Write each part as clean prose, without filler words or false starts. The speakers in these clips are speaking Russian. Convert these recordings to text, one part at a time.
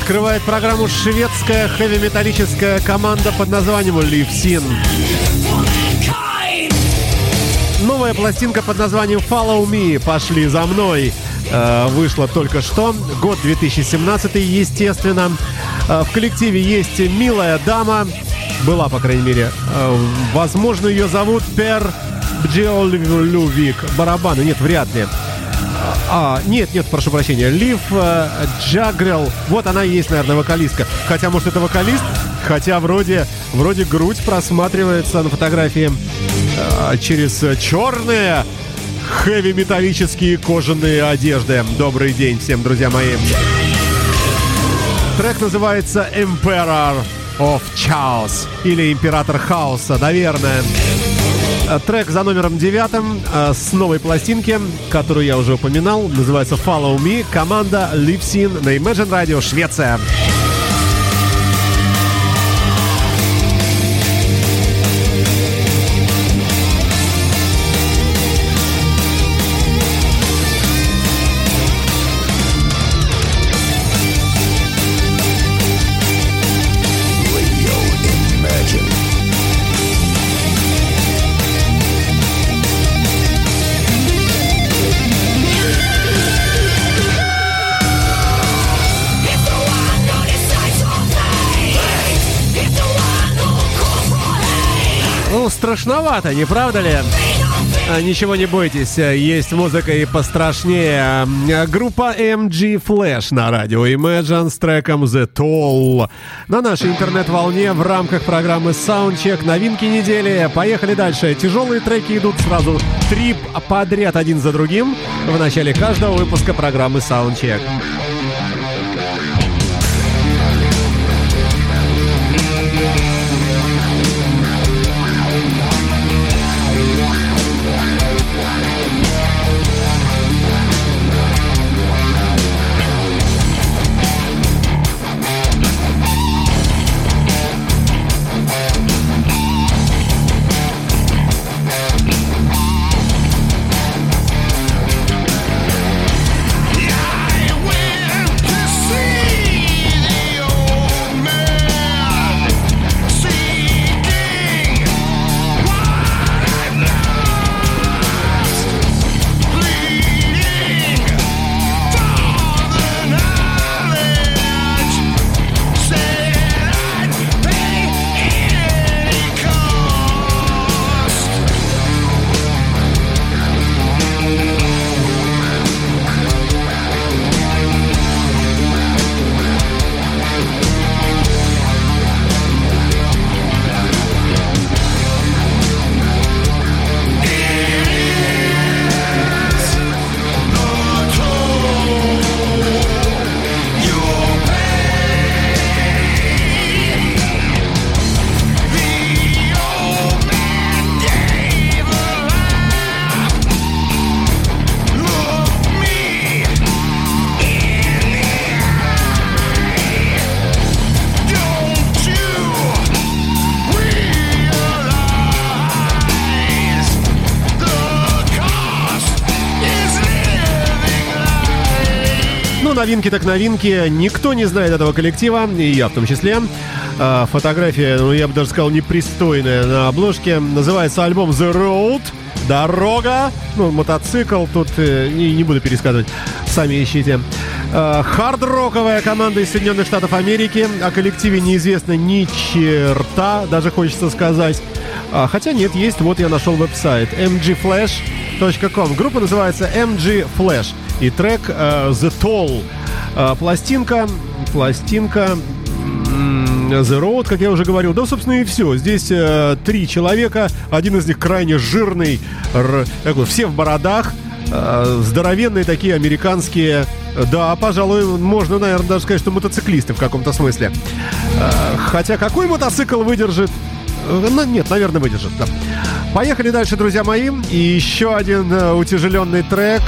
Открывает программу шведская хэви-металлическая команда под названием Livsin. Новая пластинка под названием Follow Me, пошли за мной, вышла только что, год 2017, естественно. В коллективе есть милая дама, была, по крайней мере, возможно, ее зовут Пер Бджиолювик, барабаны, нет, вряд ли. Нет, прошу прощения, Лив Джагрел, вот она и есть, наверное, вокалистка. Хотя, может, это вокалист, хотя вроде грудь просматривается на фотографии через черные хэви-металлические кожаные одежды. Добрый день всем, друзья мои. Трек называется Emperor of Chaos или Император Хаоса, наверное. Трек за номером 9 с новой пластинки, которую я уже упоминал, называется Follow Me, команда Livsin на Imagine Radio, Швеция. Страшновато, не правда ли? Ничего не бойтесь, есть музыка и пострашнее. Группа MG Flash на радио Imagine с треком The Toll на нашей интернет-волне в рамках программы Soundcheck. Новинки недели. Поехали дальше. Тяжелые треки идут сразу 3 подряд, один за другим, в начале каждого выпуска программы Soundcheck. Новинки так новинки. Никто не знает этого коллектива, и я в том числе. Фотография, я бы даже сказал, непристойная на обложке. Называется альбом The Road. Дорога. Мотоцикл. Тут не буду пересказывать. Сами ищите. Хард-роковая команда из Соединенных Штатов Америки. О коллективе неизвестно ни черта, даже хочется сказать. Хотя нет, есть. Вот я нашел веб-сайт mgflash.com. Группа называется MG Flash. И трек The Toll. Пластинка The Road, как я уже говорил. Да, собственно, и все. Здесь 3 человека. Один из них крайне жирный. Все в бородах. Здоровенные такие американские. Да, пожалуй, можно, наверное, даже сказать, что мотоциклисты в каком-то смысле. Хотя какой мотоцикл выдержит? Нет, наверное, выдержит, да. Поехали дальше, друзья мои. И еще один утяжеленный трек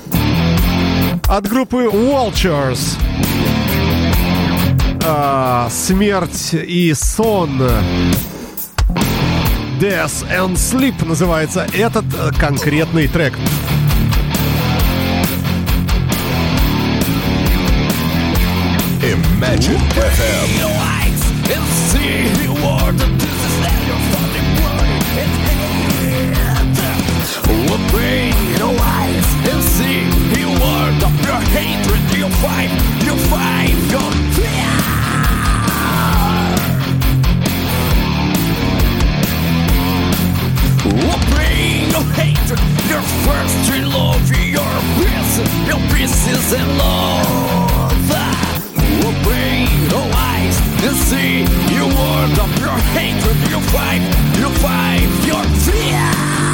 от группы Vultures. Смерть и сон. Death and Sleep называется этот конкретный трек. Imagine Imagine FM. Open your eyes and see the world of your hatred. You fight your fear. Open your hatred, your first true love, your pieces and love. Open your eyes and see the world of your hatred. You fight your fear.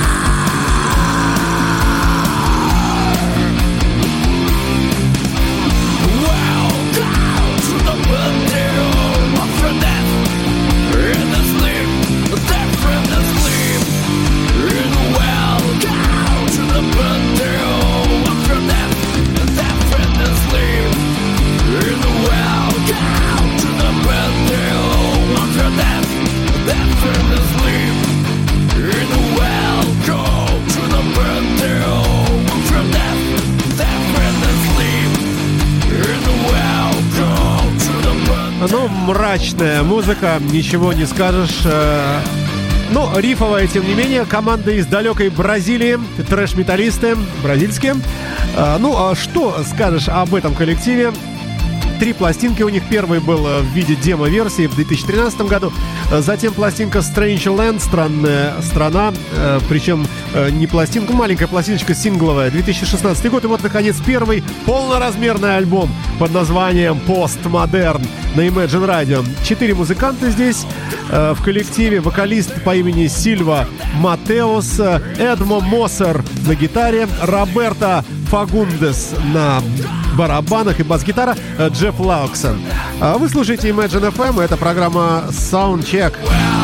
Ну, мрачная музыка, ничего не скажешь. Ну, рифовая, тем не менее, команда из далекой Бразилии, трэш-металлисты бразильские. Ну, а что скажешь об этом коллективе? 3 пластинки у них. Первый был в виде демо-версии в 2013 году. Затем пластинка Strange Land, странная страна. Причем не пластинка, маленькая пластиночка сингловая, 2016 год. И вот, наконец, первый полноразмерный альбом под названием Postmodern на Imagine Radio. 4 музыканта здесь в коллективе. Вокалист по имени Сильва Матеус, Эдмо Моссер на гитаре, Роберто Фагундес на барабанах и бас-гитара, Джефф Лауксон. Вы слушаете Imagine FM, это программа Soundcheck.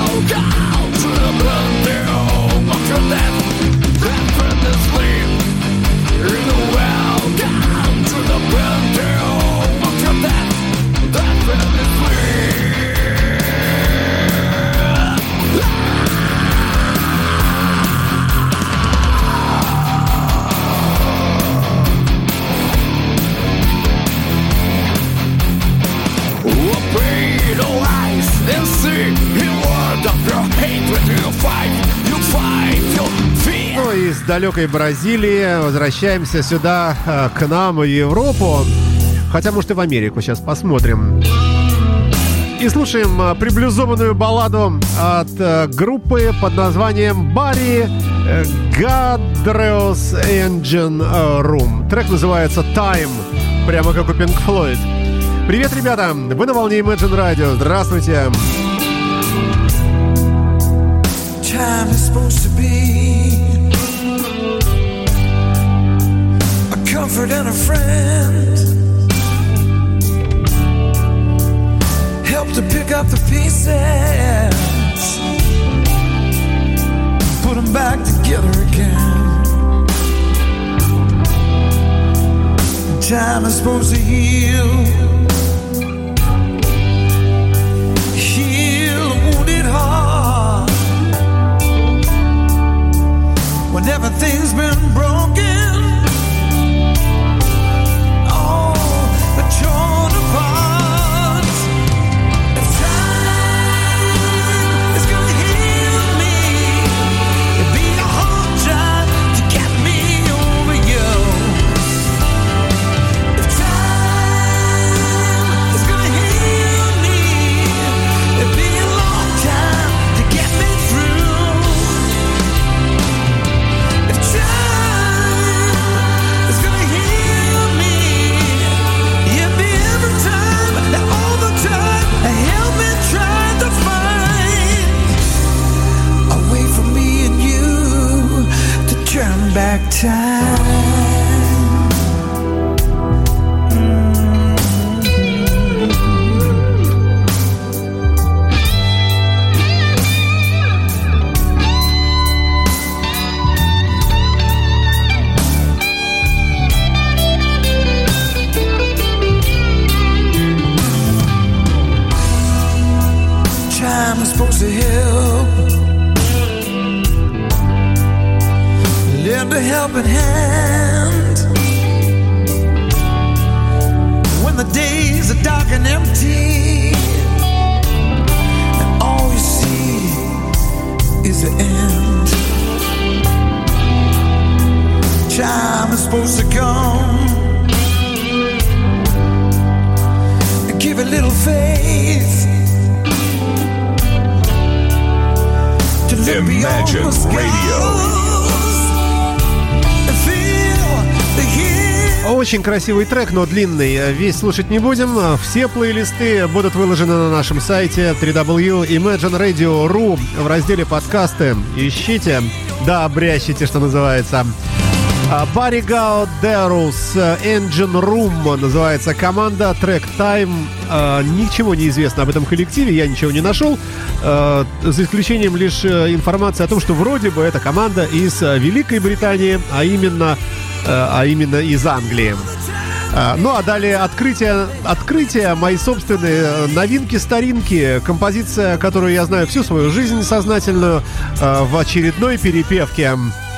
Ну, из далекой Бразилии возвращаемся сюда, к нам, в Европу. Хотя, может, и в Америку сейчас посмотрим. И слушаем приблюзованную балладу от группы под названием Barry Gadreus Engine Room. Трек называется Time, прямо как у Pink Floyd. Привет, ребята! Вы на волне Imagine Radio. Здравствуйте! Time is supposed to be a comfort and a friend. Help to pick up the pieces, put them back together again. Time is supposed to heal a wounded heart. When everything's been broken, oh, torn apart. If time is gonna heal me, it'd be a hard time to get me over you. If time is gonna heal me, it'd be a long time to get me through. Turn back time. Time is supposed to help. Lend a helping hand when the days are dark and empty, and all you see is the end. Time is supposed to come and give a little faith to look beyond the skies and feel the heat. Очень красивый трек, но длинный. Весь слушать не будем. Все плейлисты будут выложены на нашем сайте www.imagineradio.ru в разделе «Подкасты». Ищите, да, обрящите, что называется. Barry Gauderus, Engine Room называется команда, трек Time. Ничего не известно об этом коллективе, я ничего не нашел, за исключением лишь информации о том, что вроде бы эта команда из Великой Британии, а именно из Англии. Ну а далее открытие, мои собственные новинки-старинки, композиция, которую я знаю всю свою жизнь сознательную, в очередной перепевке.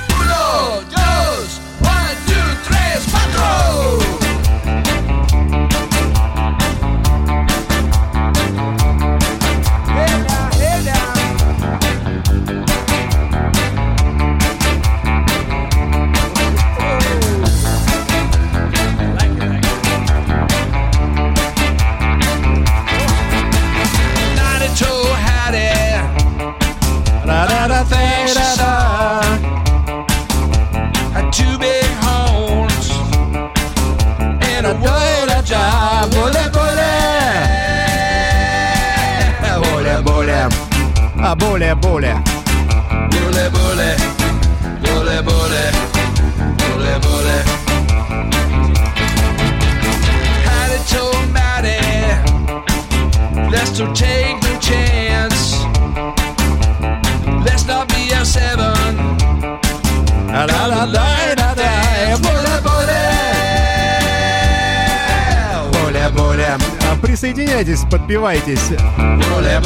Более. Had it told Maddie, let's don't take no chance. Let's not be a seven. Более. Присоединяйтесь, подпевайтесь. Более.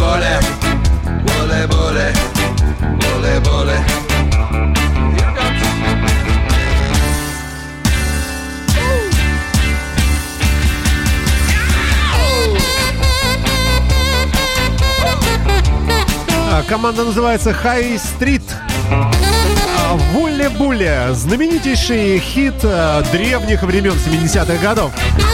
Команда называется High Street. Вулли-булли. Знаменитейший хит древних времен 70-х годов.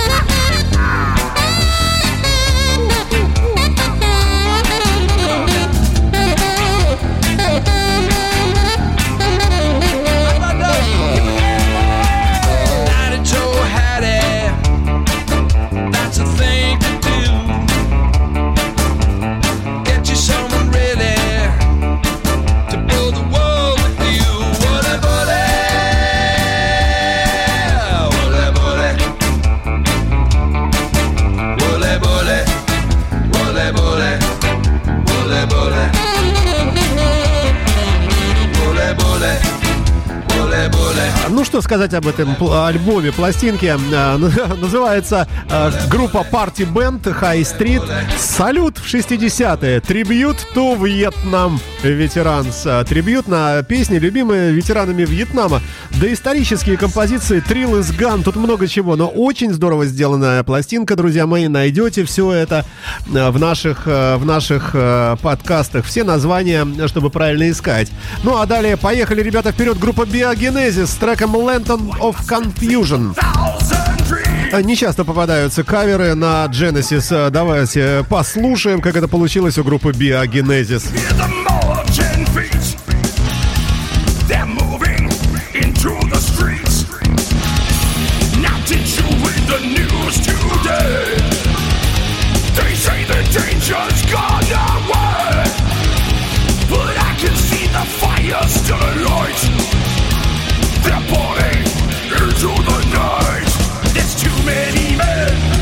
Ну что сказать об этом альбоме, пластинке. Называется группа Party Band High Street. Салют в 60-е. Tribute to Vietnam Veterans. Трибьют на песни, любимые ветеранами Вьетнама. Доисторические композиции, Trill is Gone. Тут много чего, но очень здорово сделанная пластинка, друзья мои. Найдете все это в наших подкастах. Все названия, чтобы правильно искать. Ну а далее поехали, ребята, вперед. Группа Biogenesis с треком Lantern of Confusion. Не часто попадаются каверы на Genesis. Давайте послушаем, как это получилось у группы Biogenesis.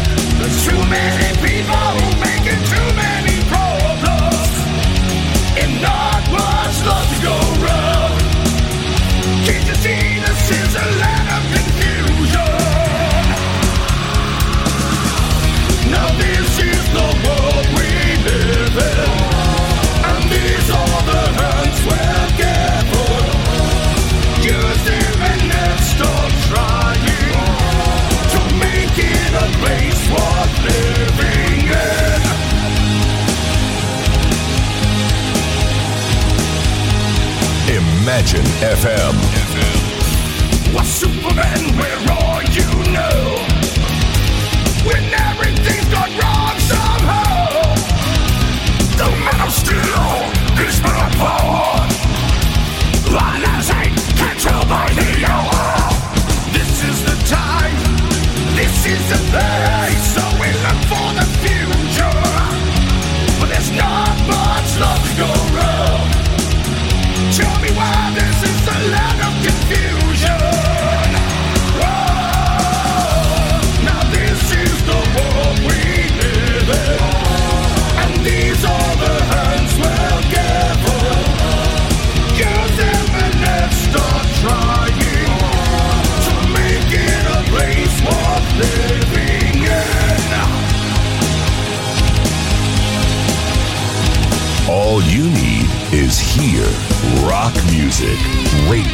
Too many people making too many problems. Imagine FM. Well, Superman, where are you now? When everything's gone wrong somehow, the Man of Steel is my power. Violence ain't controlled by the hour. This is the time, this is the place, so we look for the future. But there's not much love to go around. Tell me why this is the land of confusion. Whoa, now this is the world we live in, and these are the hands we'll gather. Use them and let's start trying to make it a place worth living in. All you need is here. Rock music. Radio.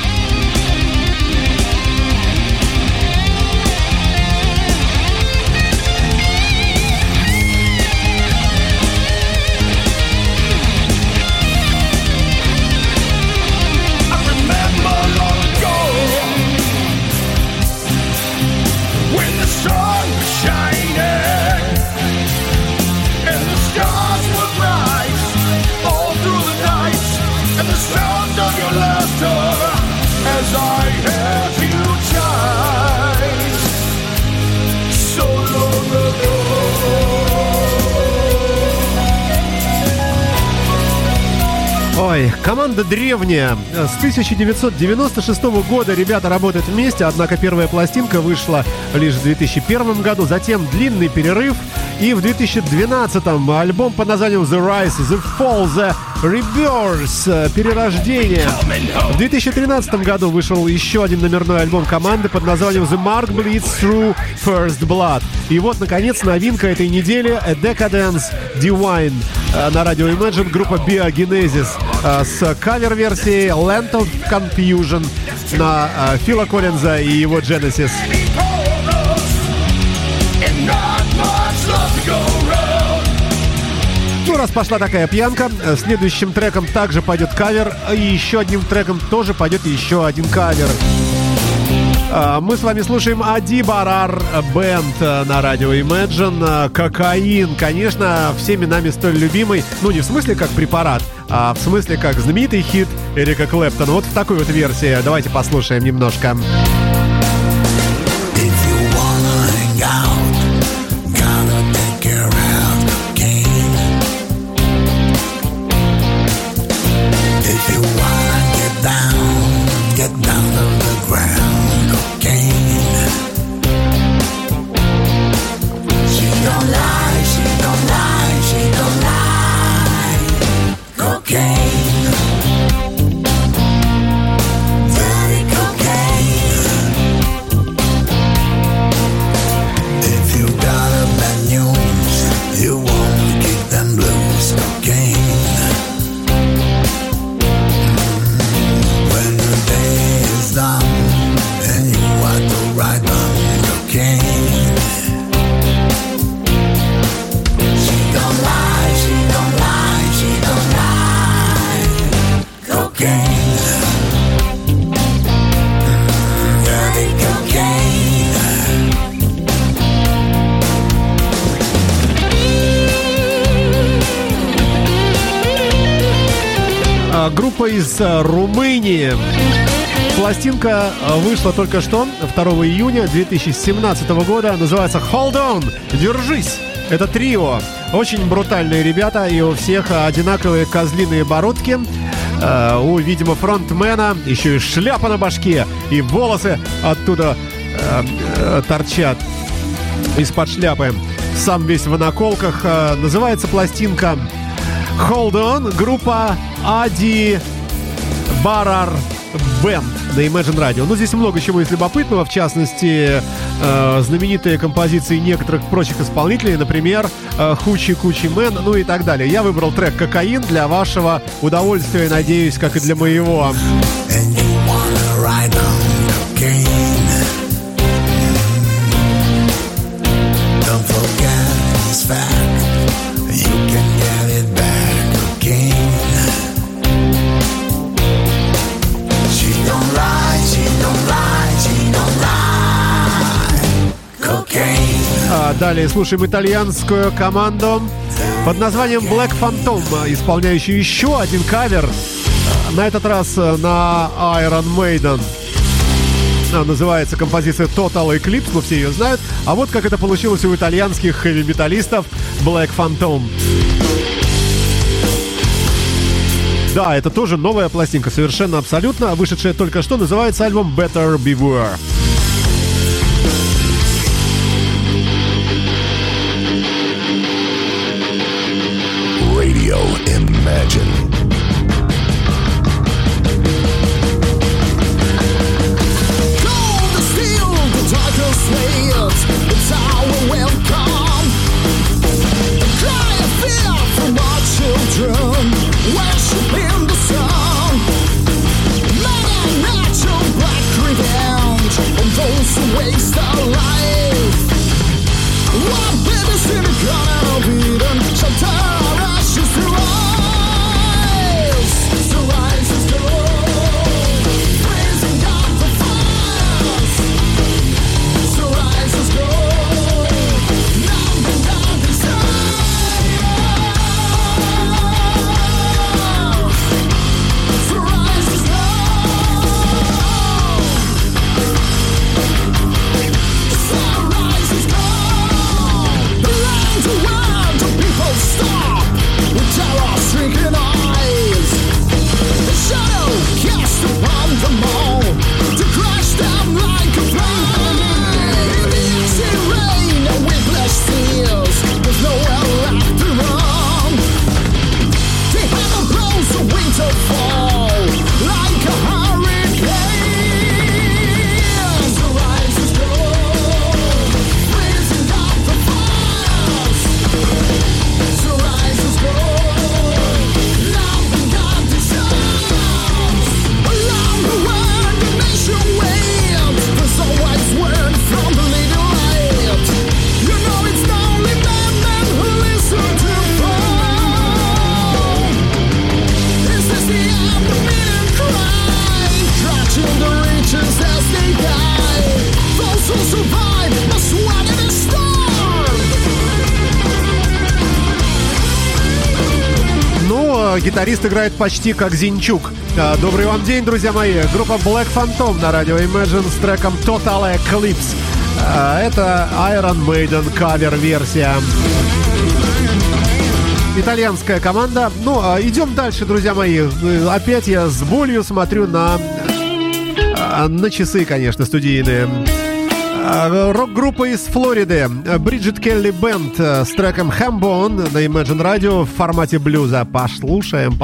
I remember long ago when the sun was shining and the stars were bright all through the night, and the sound of your laughter as I held you tight so long ago. Ой, команда древняя. С 1996 года ребята работают вместе, однако первая пластинка вышла лишь в 2001 году, затем длинный перерыв, и в 2012-м альбом под названием The Rise, The Fall, The Rebirth, Перерождение. В 2013 году вышел еще один номерной альбом команды под названием The Mark Bleeds Through First Blood. И вот, наконец, новинка этой недели — A Decadence Divine на радио Imagine, группа Biogenesis с кавер-версией Land of Confusion на Фила Коллинза и его Genesis. Ну, раз пошла такая пьянка, следующим треком также пойдет кавер, и еще одним треком тоже пойдет еще один кавер. Мы с вами слушаем Ади Барар Бэнд на радио Imagine. Кокаин, конечно, всеми нами столь любимый. Ну, не в смысле как препарат, а в смысле как знаменитый хит Эрика Клэптона. Вот в такой вот версии. Давайте послушаем немножко. Группа из Румынии. Пластинка вышла только что, 2 июня 2017 года. Называется Hold On, Держись. Это трио. Очень брутальные ребята, и у всех одинаковые козлиные бородки. У, видимо, фронтмена еще и шляпа на башке, и волосы оттуда торчат из-под шляпы. Сам весь в наколках. Называется пластинка Hold On, группа Ади Барар Бэнд на Imagine Radio. Ну, здесь много чего из любопытного, в частности, знаменитые композиции некоторых прочих исполнителей, например, Хучи Кучи Мэн, ну и так далее. Я выбрал трек «Кокаин» для вашего удовольствия, надеюсь, как и для моего. Далее слушаем итальянскую команду под названием Black Phantom, исполняющую еще один кавер, на этот раз на Iron Maiden. Называется композиция Total Eclipse, но все ее знают. А вот как это получилось у итальянских хэви-металлистов Black Phantom. Да, это тоже новая пластинка, совершенно абсолютно, вышедшая только что, называется альбом Better Beware. Radio Imagine. It's our welcome. A cry of fear from our children, worshiping the sun. Mother Nature, black revenge on those who waste their life. One baby's in a garden of Eden, shelter our ashes to rise. So rise as gold, praising God the fires. So rise as gold, now and down desire. So rise as gold. So rise as gold. The land around the people stop with terror shrinking eyes. The shadow cast upon them all to crush them like a flame. In the easy rain and witless tears, there's nowhere left to run. They have the blows of winter fall like a hurricane. So rise as gold, freezing out the fires. So rise as gold, love and God desires. Along the world, the nation waits. There's always word from the little light. You know it's the only man who listen to fall. This is the end of million cry, clutching the reaches as they die. Those who survive must weather the storm. Ну, гитарист играет почти как Зинчук. Добрый вам день, друзья мои. Группа Black Phantom на радио Imagine с треком Total Eclipse. Это Iron Maiden кавер-версия. Итальянская команда. Ну, идем дальше, друзья мои. Опять я с болью смотрю на часы, конечно, студийные. Рок-группа из Флориды Бриджит Келли Бенд с треком Hambone на Imagine Radio в формате блюза. Послушаем.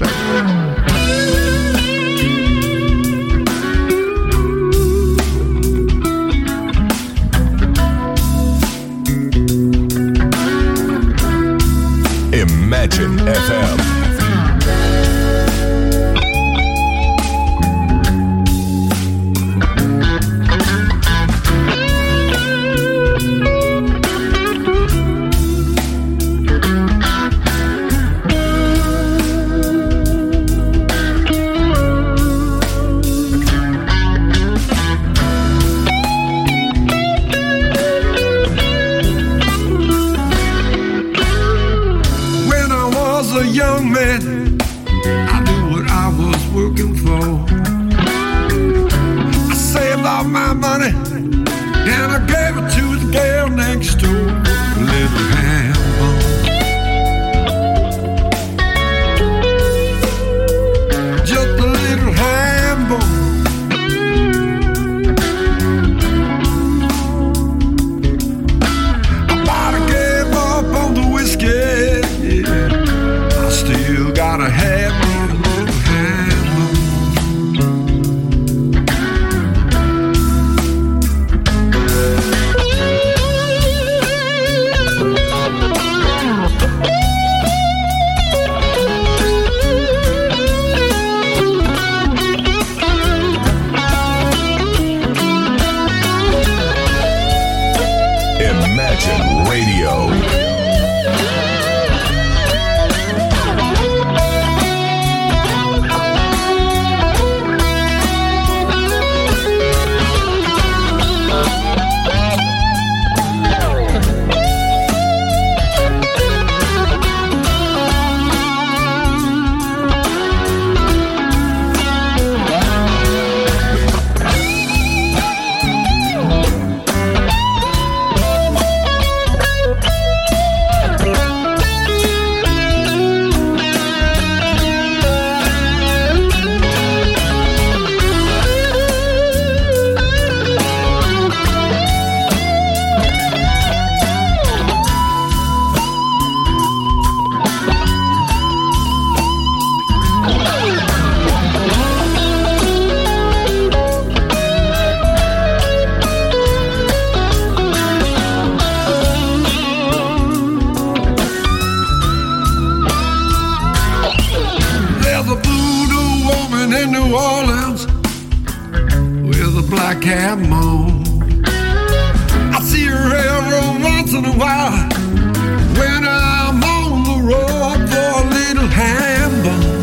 Imagine FM. Young man, I knew what I was working for. I saved all my money and I gave it to the girl next door, a little Hambone. Just a little Hambone. I about gave up on the whiskey. Still gotta have me a little Hambone. black cat moan. I see her every once in a while when I'm on the road for a little ham bone.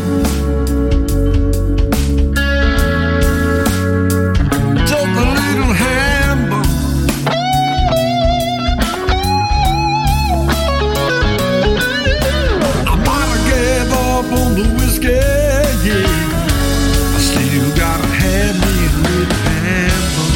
Just a little ham bone. I might have gave up on the whiskey, yeah. I still gotta have me a little ham bone.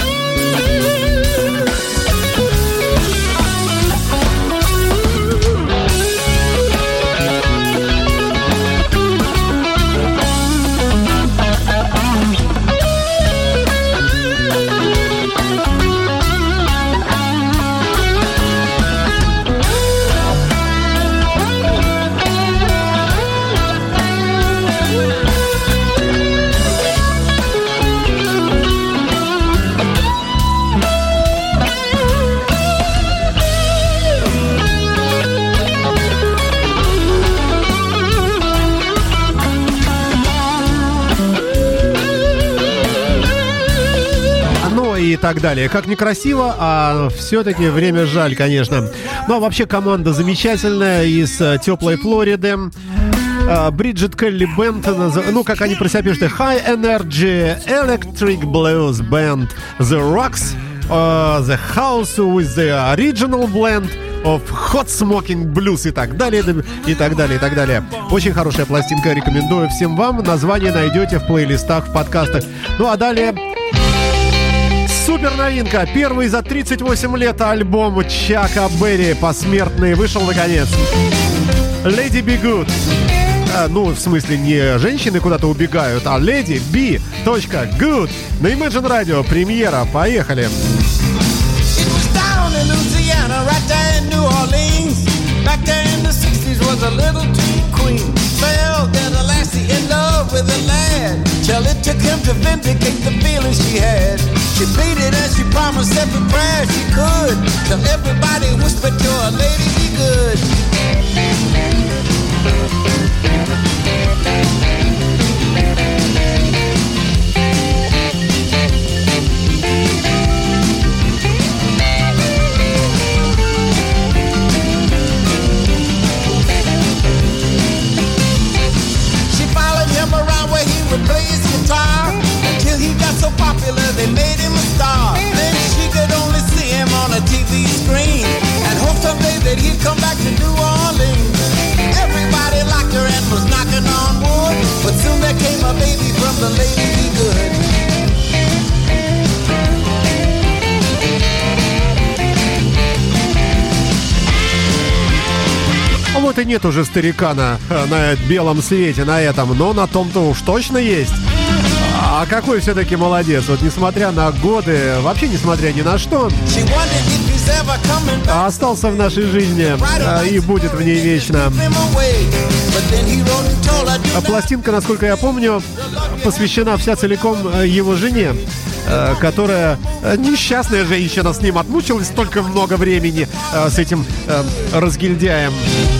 И так далее. Как некрасиво, а все-таки время жаль, конечно. Ну, а вообще команда замечательная из теплой Флориды. Бриджит Келли Бенд, ну, как они про себя пишут, High Energy Electric Blues Band, The Rocks, The House with the Original Blend of Hot Smoking Blues и так далее, и так далее, и так далее. Очень хорошая пластинка, рекомендую всем вам. Название найдете в плейлистах, в подкастах. Ну, а далее... Супер новинка, первый за 38 лет альбом Чака Берри, посмертный, вышел наконец. Lady Be Good. Ну, в смысле, не женщины куда-то убегают, а Lady Be Good. На Imagine Radio премьера, поехали. Back there in the 60s was a little teen queen. Fell that a lassie in love with a lad. Till it took him to vindicate the feelings she had. She pleaded and she promised every prayer she could. Till everybody whispered to her, lady, be good. Play his guitar until he got so popular they made him a star. Then she could only see him on a TV screen and hope someday that he'd come back to New Orleans. Everybody liked her and was knocking on wood, but soon there came a baby from the Lady Be Good. А вот и нет уже старикана на белом свете, на этом, но на том-то уж точно есть. А какой все-таки молодец, вот несмотря на годы, вообще несмотря ни на что, остался в нашей жизни и будет в ней вечно. А пластинка, насколько я помню, посвящена вся целиком его жене, которая, несчастная женщина, с ним отмучилась столько много времени с этим разгильдяем.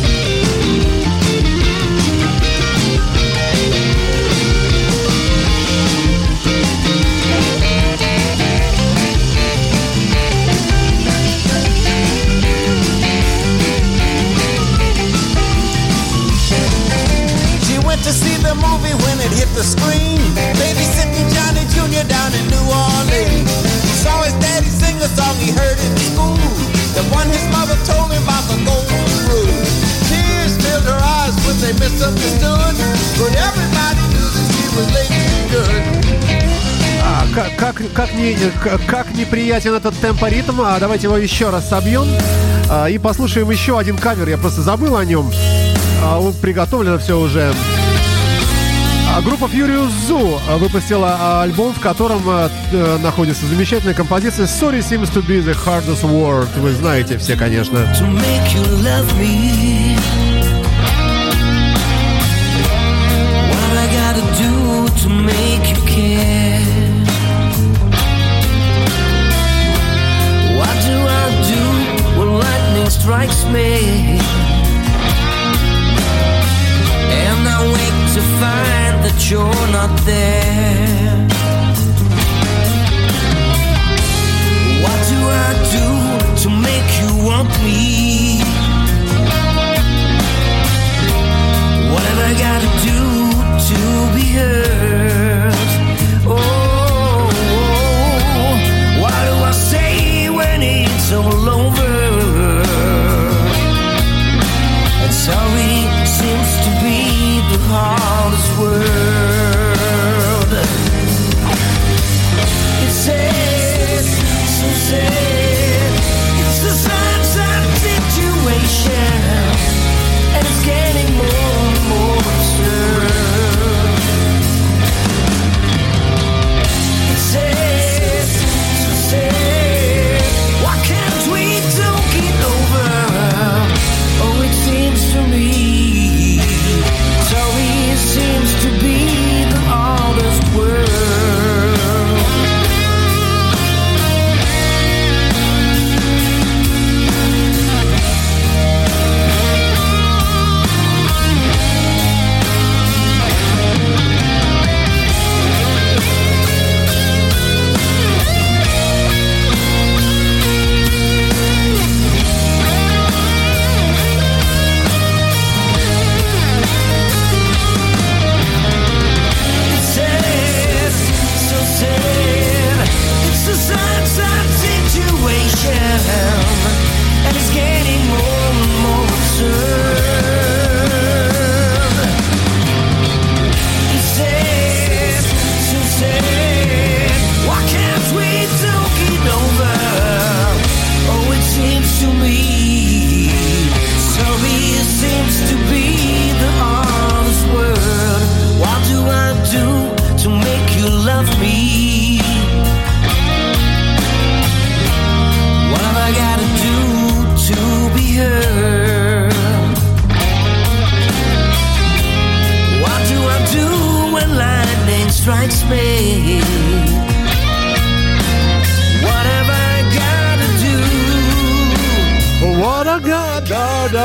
To see the movie when it hit the screen. Babysitting Johnny Jr. down in New Orleans. He saw his daddy sing a song he heard in school, the one his mother told him about the golden rule. Tears filled her eyes when they misunderstood, but everybody knew that she was Lady Good. Как неприятен этот темпоритм. Давайте его еще раз собьем и послушаем еще один кавер. Я просто забыл о нем. Приготовлено все уже. Группа Furious Zoo выпустила альбом, в котором находится замечательная композиция Sorry Seems to be the Hardest Word. Вы знаете все, конечно. Strikes me, and I wake to find that you're not there.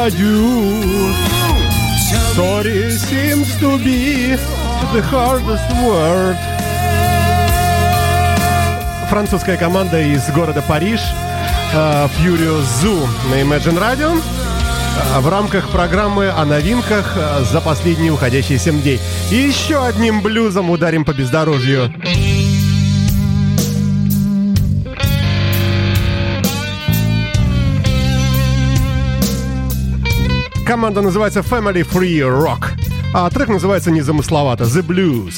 I do. Sorry seems to be the hardest word. Французская команда из города Париж, Furious Zoo на Imagine Radio в рамках программы о новинках за последние уходящие 7 дней. И еще одним блюзом ударим по бездорожью. Команда называется Family Free Rock, а трек называется незамысловато The Blues.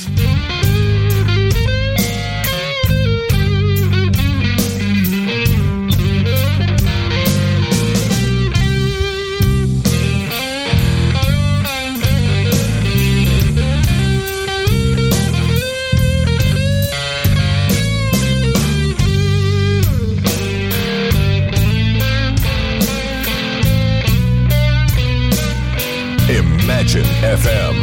Imagine FM.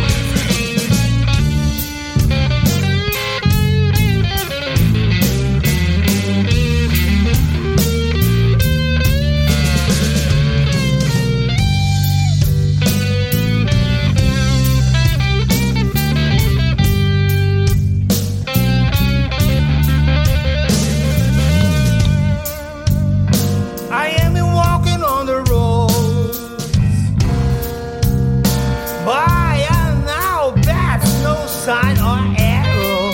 I am walking on the road. By and now, that's no sign or arrow.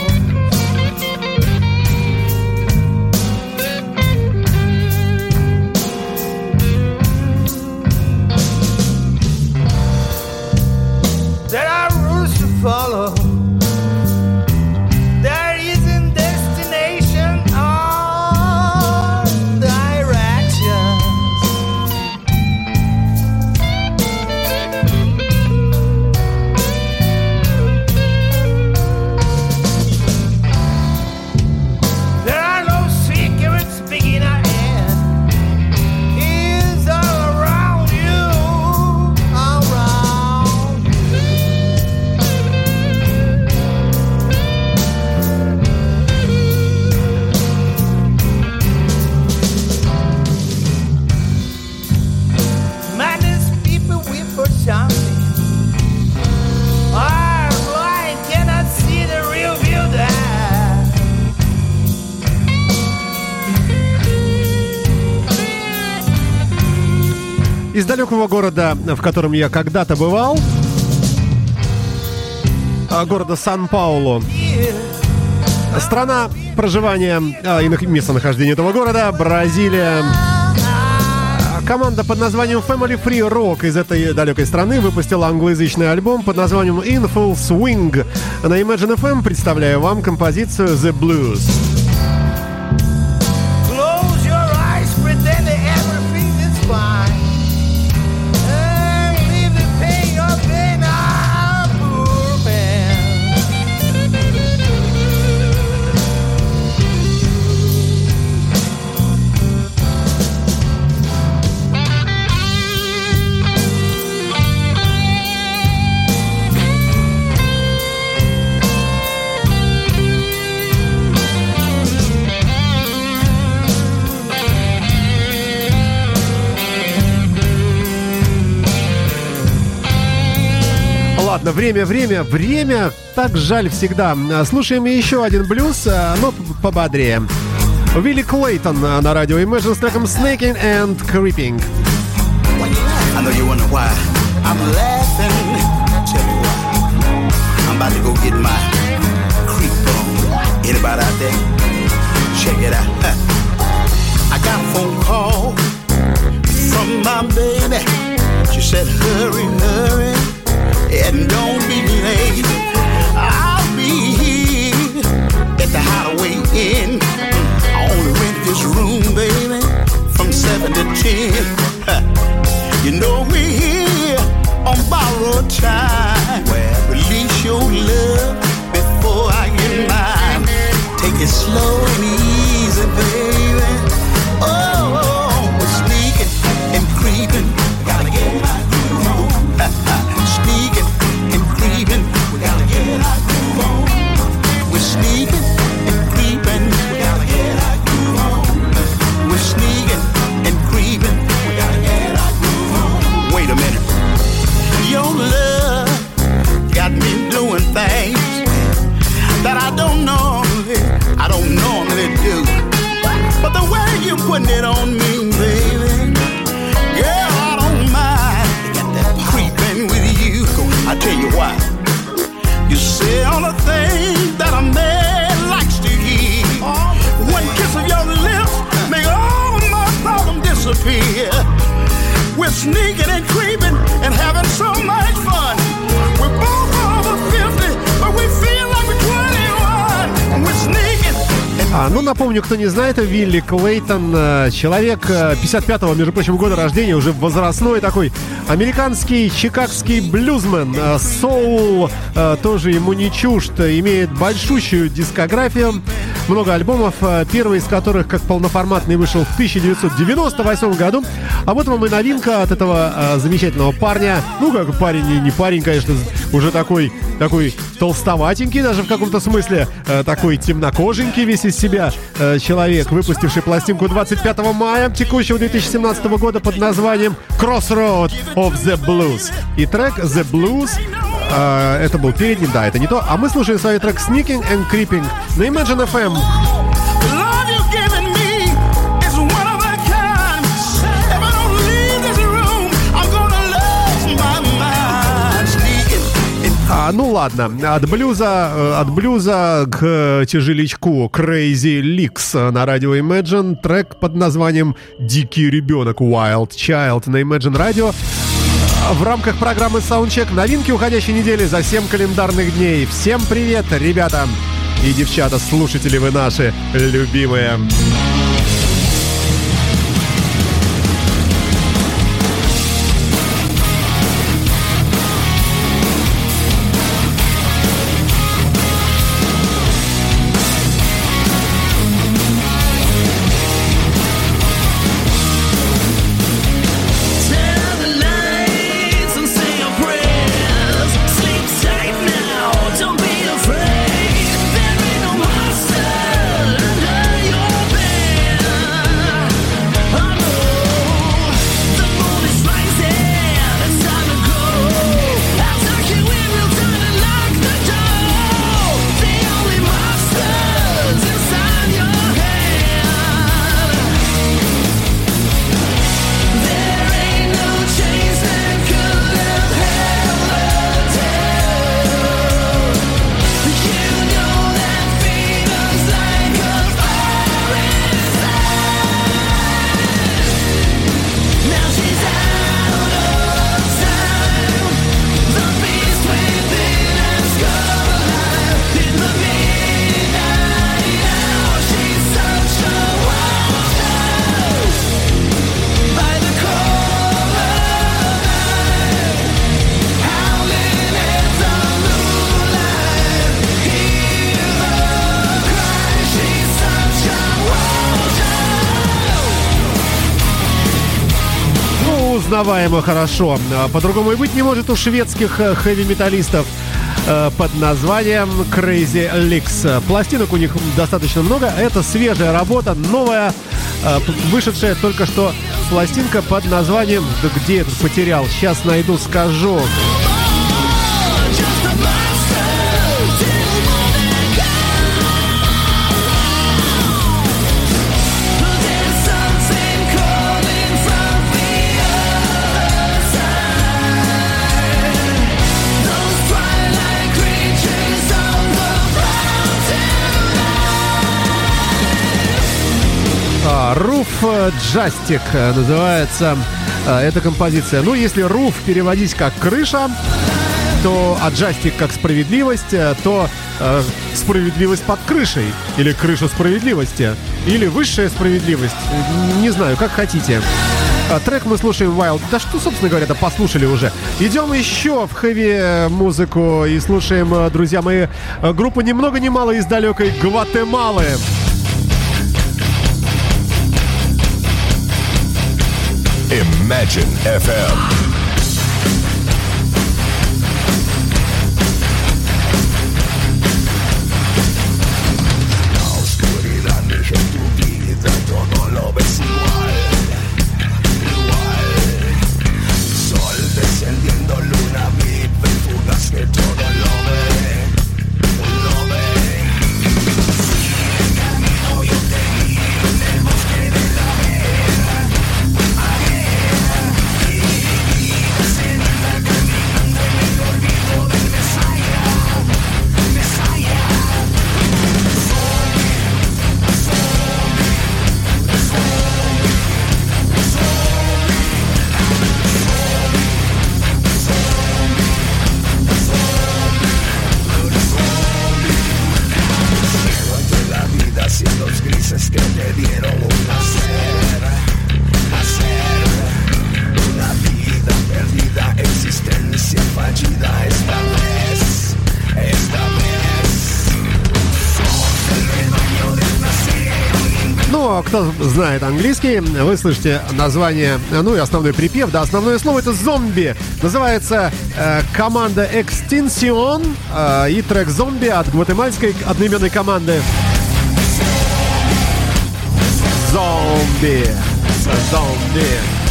There are rules to follow. There isn't destination or directions. There are no secrets big enough. It's all around you, around you. Madness people wait for something. Our blind cannot see the real view there. Из далекого города, в котором я когда-то бывал, города Сан-Паулу. Страна проживания и местонахождения этого города — Бразилия. Команда под названием Family Free Rock из этой далекой страны выпустила англоязычный альбом под названием In Full Swing. На Imagine FM представляю вам композицию The Blues. Close your eyes, pretend that everything is fine. And leave the pain up in our poor man. Ладно, время, так жаль всегда. Слушаем еще один блюз, но пободрее. Вилли Клейтон на радио Imagine с треком Snaking and Creeping. I know you wonder why I'm laughing. Tell you why. I'm about to go get my creep on. Anybody out there? Check it out. I got a phone call from my baby. She said, hurry, hurry, and don't be late. I'll be here at the Hideaway Inn. I only rent this room, baby, from 7 to 10. You know we're here on borrowed time. Well, release your love before I get mine. Take it slow and easy, baby. Oh, we're sneaking and creeping. Gotta get my groove on. Sneaking and disappear. We're sneaking and creeping and having so much fun. We're both over 50, but we feel like we're 21. We're sneaking. Ну, напомню, кто не знает, Вилли Клейтон, человек 55-го, между прочим, года рождения, уже возрастной такой американский чикагский блюзмен. Соул тоже ему не чужд, имеет большущую дискографию, много альбомов, первый из которых, как полноформатный, вышел в 1998 году. А вот вам и новинка от этого замечательного парня. Ну, как парень, не парень, конечно, уже такой толстоватенький даже в каком-то смысле, такой темнокоженький весь из себя человек, выпустивший пластинку 25 мая текущего 2017 года под названием Crossroad of the Blues. И трек The Blues, это был перед ним, да, это не то. А мы слушаем с вами трек Sneaking and Creeping на Imagine FM. Ну ладно, от блюза к тяжелячку Crazy Licks на радио Imagine, трек под названием «Дикий ребенок» Wild Child на Imagine Radio. В рамках программы Soundcheck новинки уходящей недели за 7 календарных дней. Всем привет, ребята и девчата, слушатели вы наши любимые. Узнаваемо хорошо. По-другому и быть не может у шведских хэви-металлистов под названием Crazy Licks. Пластинок у них достаточно много. Это свежая работа, новая, вышедшая только что пластинка под названием... Да где я тут потерял? Сейчас найду, скажу. Roof Justic называется эта композиция. Ну, если roof переводить как крыша, то Justic как справедливость, то справедливость под крышей, или крыша справедливости, или высшая справедливость. Не знаю, как хотите. Трек мы слушаем Wild. Да что, собственно говоря, послушали уже. Идем еще в хэви-музыку и слушаем, друзья мои, группу ни много ни мало из далекой Гватемалы. Imagine FM. Ну, кто знает английский, вы слышите название, ну и основной припев, да, основное слово это «зомби». Называется команда Extinction и трек «Зомби» от гватемальской одноименной команды. Зомби. Зомби.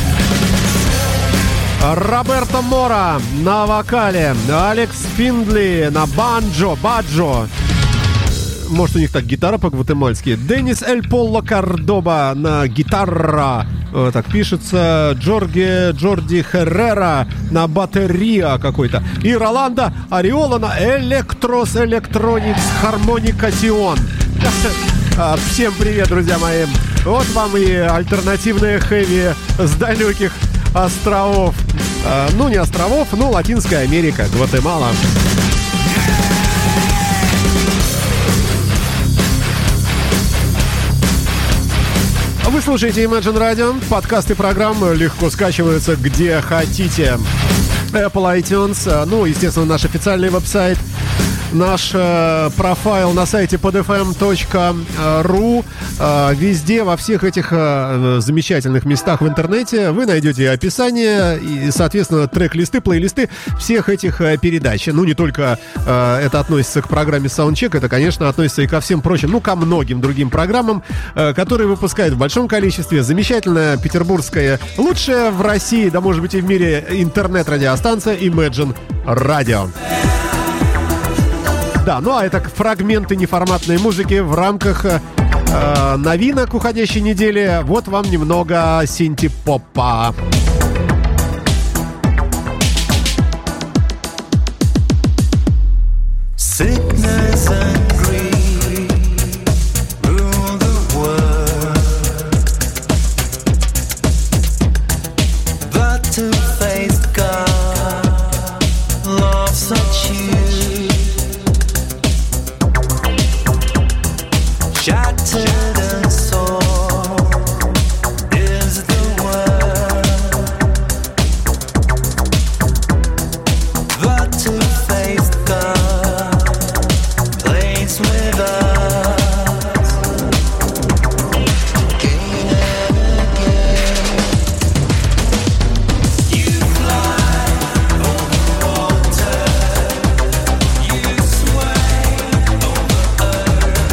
Роберто Мора на вокале, Алекс Финдли на баджо. Может, у них так гитара по-гватемальски. Денис Эль Поло Кордоба на гитара. Так пишется. Джорди Херрера на батарея какой-то. И Роландо Ариола на Электрос Электроникс Хармоникасион. Всем привет, друзья мои. Вот вам и альтернативные хэви с далеких островов. Ну, не островов, но Латинская Америка, Гватемала. Вы слушаете Imagine Radio. Подкасты программы легко скачиваются где хотите. Apple iTunes, ну, естественно, наш официальный веб-сайт. Наш профайл на сайте podfm.ru. Везде, во всех этих замечательных местах в интернете вы найдете описание и, соответственно, трек-листы, плейлисты всех этих передач. Ну, не только это относится к программе Soundcheck, это, конечно, относится и ко всем прочим, ну, ко многим другим программам, которые выпускают в большом количестве. Замечательная петербургская, лучшая в России, да, может быть, и в мире интернет-радиостанция Imagine Radio. Да, ну а это фрагменты неформатной музыки в рамках новинок уходящей недели. Вот вам немного синти-попа. Sickness and greed rule the world, but to face God, love such you. Shattered and sore is the world, but to face God plays with us again and again. You fly over water, you sway over earth.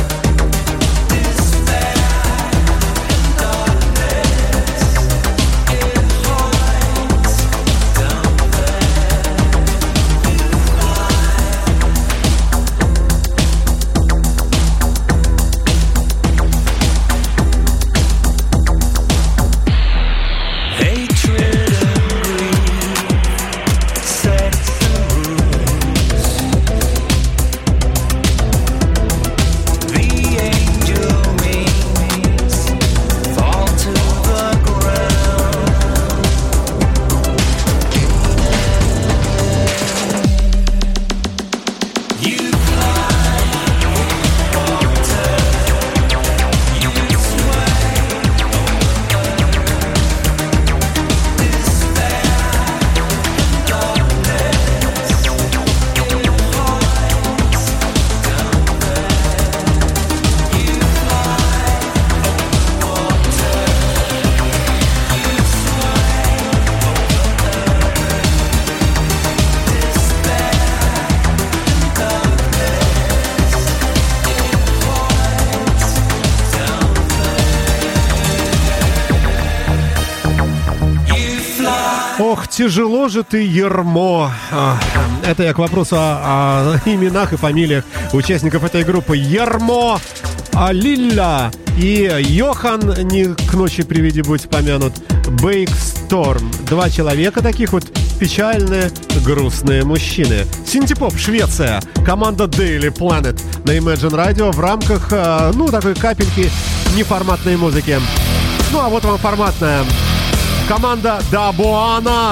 Ох, тяжело же ты, Ермо. Это я к вопросу о именах и фамилиях участников этой группы. Ермо, Алилля и Йохан, не к ночи приведи будь помянут, Бейксторм. Два человека таких вот печальные, грустные мужчины. Синтепоп, Швеция. Команда Daily Planet на Imagine Radio в рамках, ну, такой капельки неформатной музыки. Ну, а вот вам форматная. Команда Дабуанад.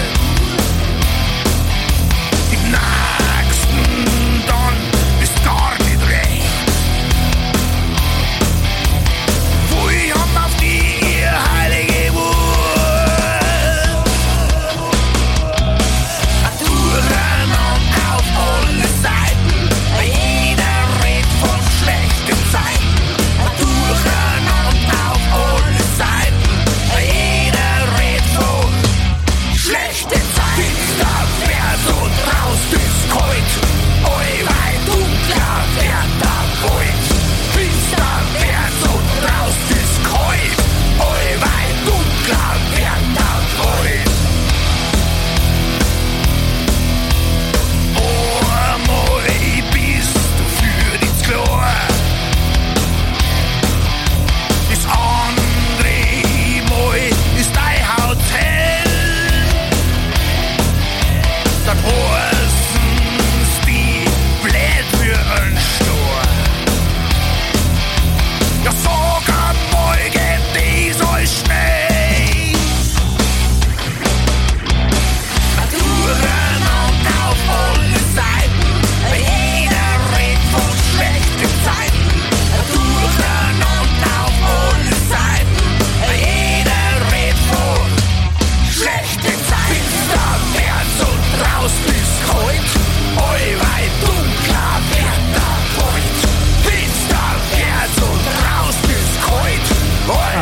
Start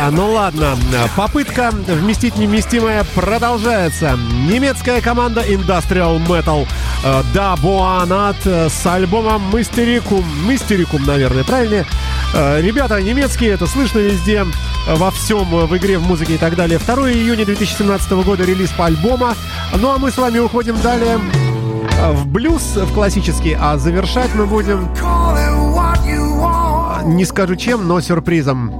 Ну ладно, попытка вместить невместимое продолжается. Немецкая команда Industrial Metal Da Boanat с альбомом Mysterikum, наверное, правильнее. Ребята немецкие, это слышно везде, во всем, в игре, в музыке и так далее. 2 июня 2017 года релиз по альбома. Ну а мы с вами уходим далее в блюз, в классический, а завершать мы будем, не скажу чем, но сюрпризом.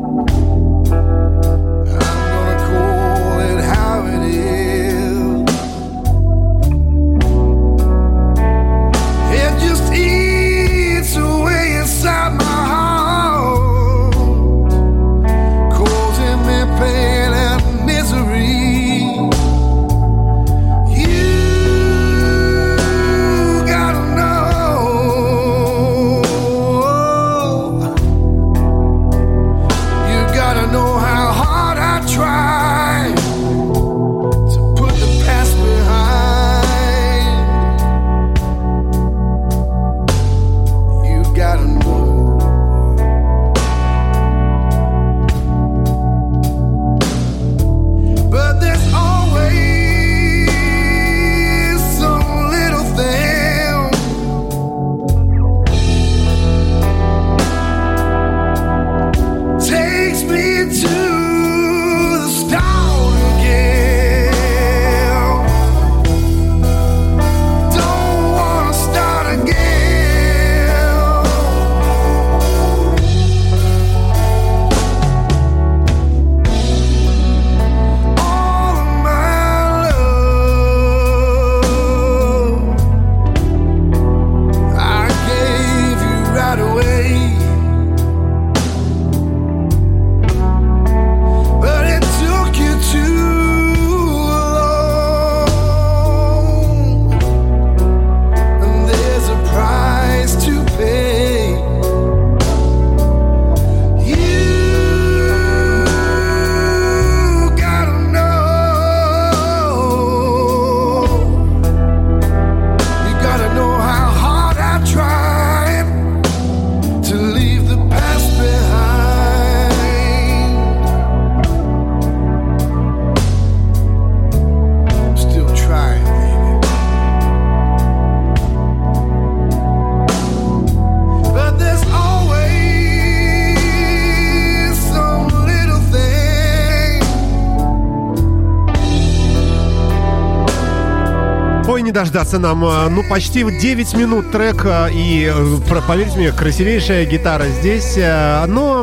Не дождаться нам, ну, почти 9 минут трек, и, поверьте мне, красивейшая гитара здесь, но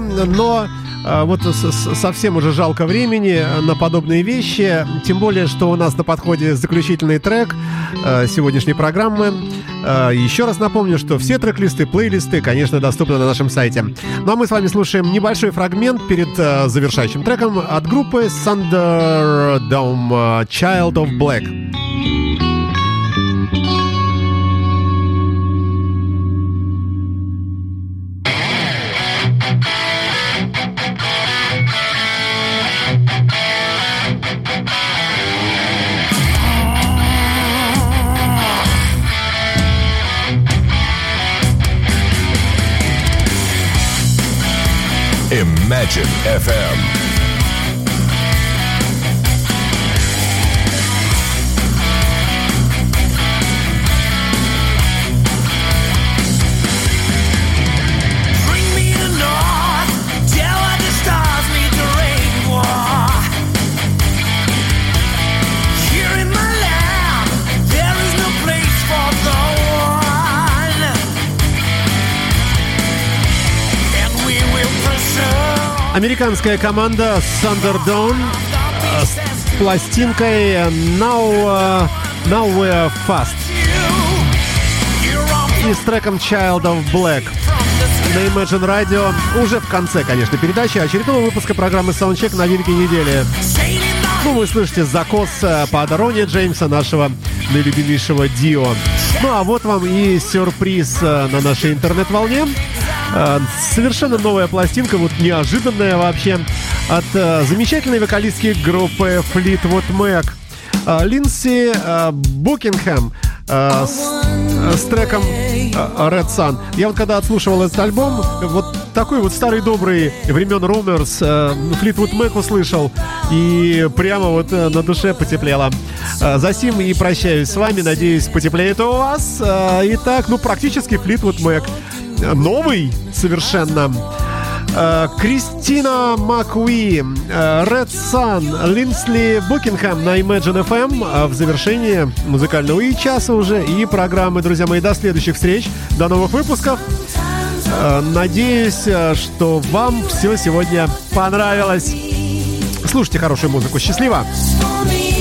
вот совсем уже жалко времени на подобные вещи, тем более, что у нас на подходе заключительный трек сегодняшней программы. Еще раз напомню, что все трек-листы, плейлисты, конечно, доступны на нашем сайте. Ну а мы с вами слушаем небольшой фрагмент перед завершающим треком от группы Thunderdome, Child of Black. Imagine FM. Американская команда Thunderdome с пластинкой Now We're Fast и с треком Child of Black на Imagine Radio уже в конце, конечно, передачи очередного выпуска программы Soundcheck «Новинки недели». Ну, вы слышите закос под Ронни Джеймса, нашего наилюбимейшего Дио. Ну, а вот вам и сюрприз на нашей интернет-волне. Совершенно новая пластинка, вот неожиданная вообще, от замечательной вокалистки группы Fleetwood Mac Линдси Букингхэм. с треком Red Sun. Я вот когда отслушивал этот альбом, вот такой вот старый добрый времен Rumors, Fleetwood Mac услышал, и прямо вот на душе потеплело. Засим и прощаюсь с вами, надеюсь, потеплеет у вас. Итак, ну практически Fleetwood Mac. Новый совершенно. Кристина Макуи, Red Sun, Линдсли Букингхэм на Imagine FM в завершении музыкального и часа уже, и программы. Друзья мои, до следующих встреч, до новых выпусков. Надеюсь, что вам все сегодня понравилось. Слушайте хорошую музыку. Счастливо!